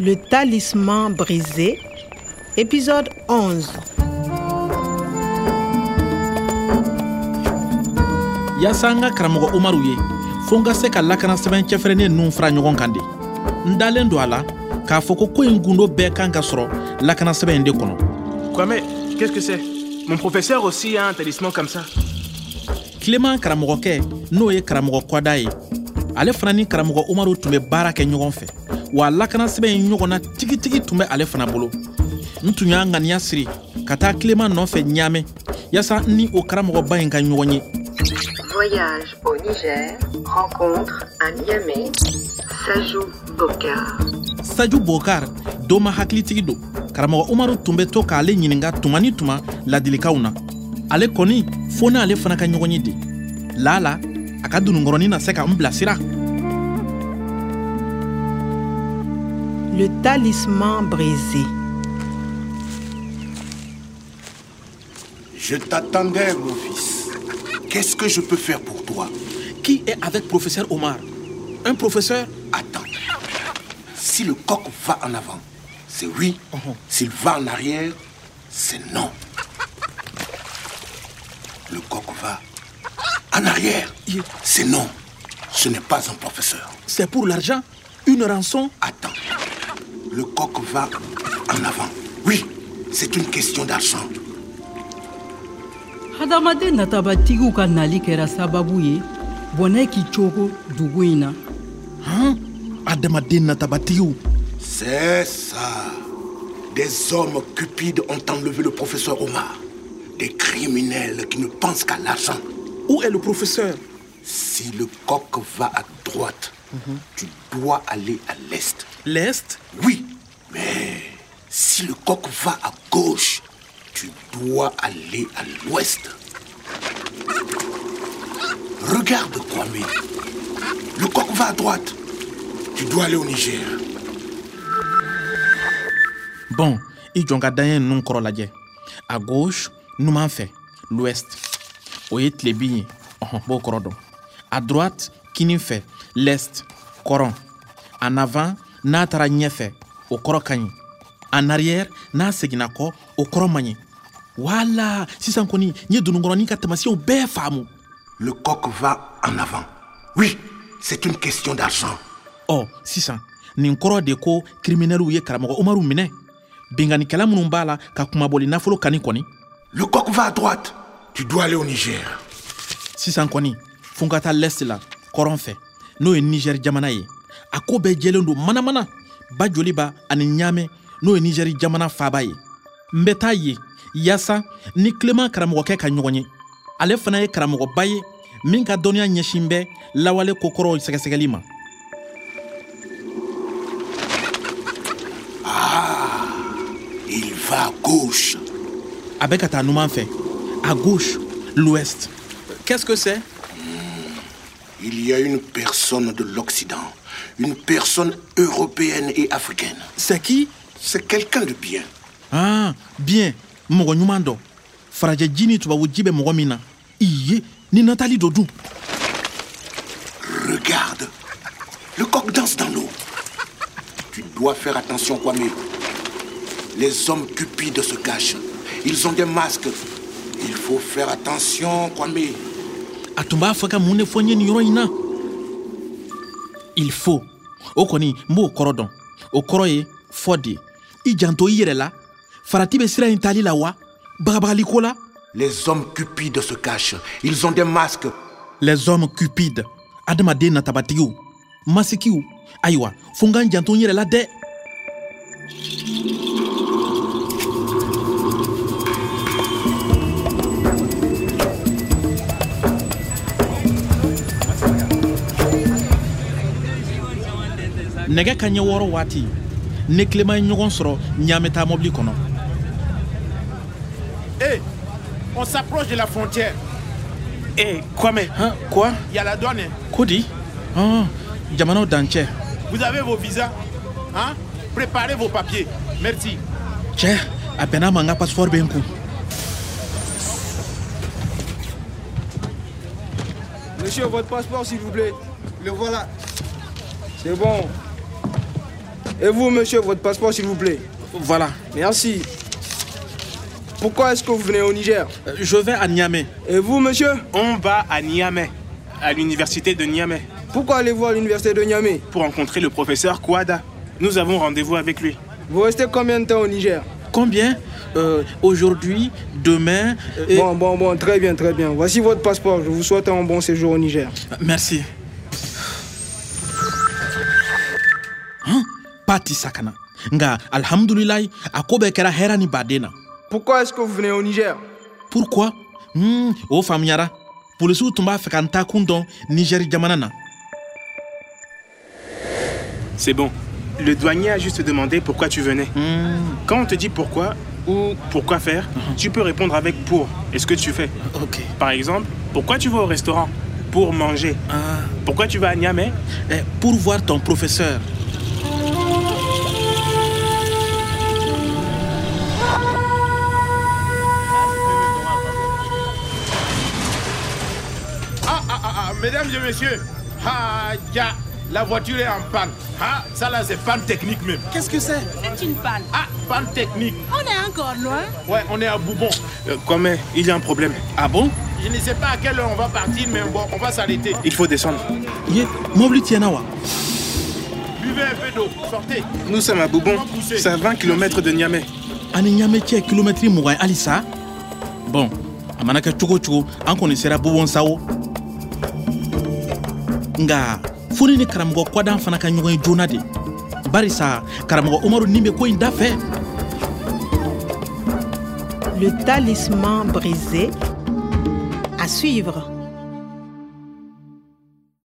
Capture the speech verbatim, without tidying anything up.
Le talisman brisé, épisode onze. Yaasa n ka karamɔgɔ Umaru ye fo n ka se ka lakana sɛbɛn cɛfɛrɛnnen ninnu fara ɲɔgɔn kan de. N dalen don a la k'a fɔ ko ko in gundo bɛɛ kan ka sɔrɔ lakana sɛbɛn in de kɔnɔ. Kwame, qu'est-ce que c'est? Mon professeur aussi a un talisman comme ça. Clément karamɔgɔkɛ n'o ye karamɔgɔ Kwada ye. Ale fana ni karamɔgɔ Umaru tun bɛ baara kɛ ɲɔgɔn fɛ. Wa lakana sɛbɛn in ɲɔgɔnna tigitigi tun bɛ ale fana bolo. N tun y'a ŋaniya siri ka taa Clément nɔfɛ Ɲamɛ yaasa n ni o karamɔgɔba in ka ɲɔgɔn ye. Voyage au Niger, rencontre à Niamey, Sajou Bokar. Sajou Bokar dɔ ma hakilitigi don. Karamɔgɔ Umaru tun bɛ to k'ale ɲininka tuma ni tuma ladilikanw na. Ale kɔni fo n'ale fana ka ɲɔgɔn ye de. Lala a ka dununkɔrɔnin na se ka n bilasira. Le talisman brisé. Je t'attendais, mon fils. Qu'est-ce que je peux faire pour toi? Qui est avec professeur Omar? Un professeur? Attends. Si le coq va en avant, c'est oui. Uh-huh. S'il va en arrière, c'est non. Le coq va en arrière, yeah. C'est non. Ce n'est pas un professeur. C'est pour l'argent? Une rançon? Attends. Le coq va en avant. Oui, c'est une question d'argent. Hadamaden natabatigu ka nali kɛra sababu ye bɔnɛ k'i cogo dugu in na. Hein? Hadamaden natabatigu. C'est ça. Des hommes cupides ont enlevé le professeur Omar. Des criminels qui ne pensent qu'à l'argent. Où est le professeur? Si le coq va à droite, mm-hmm. Tu dois aller à l'est. L'est? Oui, mais si le coq va à gauche, tu dois aller à l'ouest. Regarde, Kwame. Le coq va à droite. Tu dois aller au Niger. Bon, il y a un nom kɔrɔ lajɛ. À gauche, nous m'en fait l'ouest. Oye tlebi, oh bon kɔrɔ. À droite, kini fait l'est, coron. En avant, n'a tara ɲɛfɛ, au kɔrɔ kaɲi. En arrière, n'a segina kɔ, au kɔrɔ maɲi. Voilà, sisan kɔni, nye dununkɔrɔnin ka taamasiyɛnw bɛɛ faamu. Le coq va en avant. Oui, c'est une question d'argent. Oh, sisan, nin kɔrɔ de ko criminels ye karamɔgɔ Umaru minɛ. Binganikɛla minnu b'a la ka kumabɔli nafolo kani kɔni. Le coq va à droite. Tu dois aller au Niger. Sisan kɔni, fo n ka taa l'est la, kɔrɔn fɛ. N'o ye Niger jamana ye. A ko bɛɛ jɛlen don manamana. Ba Joliba ani Ɲamɛ n'o ye Niger jamana faaba ye. N bɛ taa ye yaasa ni Clément karamɔgɔkɛ ka ɲɔgɔn ye. Ale fana ye karamɔgɔba ye min ka dɔnniya ɲɛsin bɛ lawale kokɔrɔw sɛgɛsɛgɛli ma. Ah, il va à gauche. A bɛ ka taa numan fɛ. À gauche, l'ouest. Qu'est-ce que c'est? Hmm. Il y a une personne de l'Occident, une personne européenne et africaine. C'est qui? C'est quelqu'un de bien. Ah, bien. Mɔgɔ ɲuman dɔ. Farajɛ ji ni tubabu ji bɛ mɔgɔ min na. Iye, ni Nathalie Dodou. Regarde, le coq danse dans l'eau. Tu dois faire attention, Kwame. Les hommes cupides se cachent. Ils ont des masques. Il faut faire attention, Kwame. A tun b'a fɔ ka mun de fɔ n ye nin yɔrɔ in na? Il faut. O kɔni, n b'o kɔrɔ dɔn. O kɔrɔ ye fɔ de. I janto i yɛrɛ la. Farati bɛ sira in tali la wa? Bagabagaliko la? Les hommes cupides se cachent. Ils ont des masques. Les hommes cupides. Adamaden natabatigiw. Masikiw. Ayiwa, fo n ka n janto n yɛrɛ la dɛ. Nɛgɛ ka ɲɛ wɔɔrɔ waati ne Clément ye ɲɔgɔn sɔrɔ Ɲamɛ taa mobili kɔnɔ. Hé, hey, on s'approche de la frontière. Hé, hey, Kwame. Hein, quoi? Il y a la douane. Kodi? Ah, jamanaw dancɛ. Vous avez vos visas? Hein? Préparez vos papiers. Merci. Cɛ, a bɛnna ma n ka passeport bɛ n kun. Monsieur, votre passeport, s'il vous plaît. Le voilà. C'est bon. Et vous, monsieur, votre passeport, s'il vous plaît. Voilà. Merci. Pourquoi est-ce que vous venez au Niger? Euh, Je vais à Niamey. Et vous, monsieur? On va à Niamey, à l'université de Niamey, Pourquoi allez-vous à l'université de Niamey? pour rencontrer le professeur Kouada. Nous avons rendez-vous avec lui. Vous restez combien de temps au Niger? Combien? Euh, Aujourd'hui, demain... euh, et- Bon, bon, bon, très bien, très bien. Voici votre passeport. Je vous souhaite un bon séjour au Niger. Merci. Hein? Pati sakana. Nga, alhamdulillah, akobe kera hera ni badena. Pourquoi est-ce que vous venez au Niger? Pourquoi? Hmm, o famiara. Polisu tumba fekanta kundon Niger jamanana. C'est bon. Le douanier a juste demandé pourquoi tu venais. Hmm, Quand on te dit pourquoi ou pourquoi faire, tu peux répondre avec pour. Et ce que tu fais. ok. Par exemple, pourquoi tu vas au restaurant? Pour manger. Ah, Pourquoi tu vas à Niamey? eh, pour voir ton professeur. Ah, ah, ah, ah, mesdames et messieurs, ah, ya, la voiture est en panne. Ah, ça là, c'est panne technique même. Qu'est-ce que c'est? C'est une panne. Ah, panne technique. On est encore loin. Ouais, on est à Boubon. Euh, Kwame, il y a un problème. Ah bon? Je ne sais pas à quelle heure on va partir, mais bon, on va s'arrêter. Il faut descendre. Ye, mobili tienawa. Buvez un peu d'eau, sortez. Nous sommes à Boubon. C'est à vingt kilomètres de Niamey. Ani Niamey tie kilometri mugan alisa. Bon, amanaka chuko chuko, an koni sera bubon sawo. Nga, funi ni karamgo kwadan fana ka ɲɔgɔn ye joona de. Barisa, karamgo Umaru nimbe ko in da fɛ. Le talisman brisé. À suivre.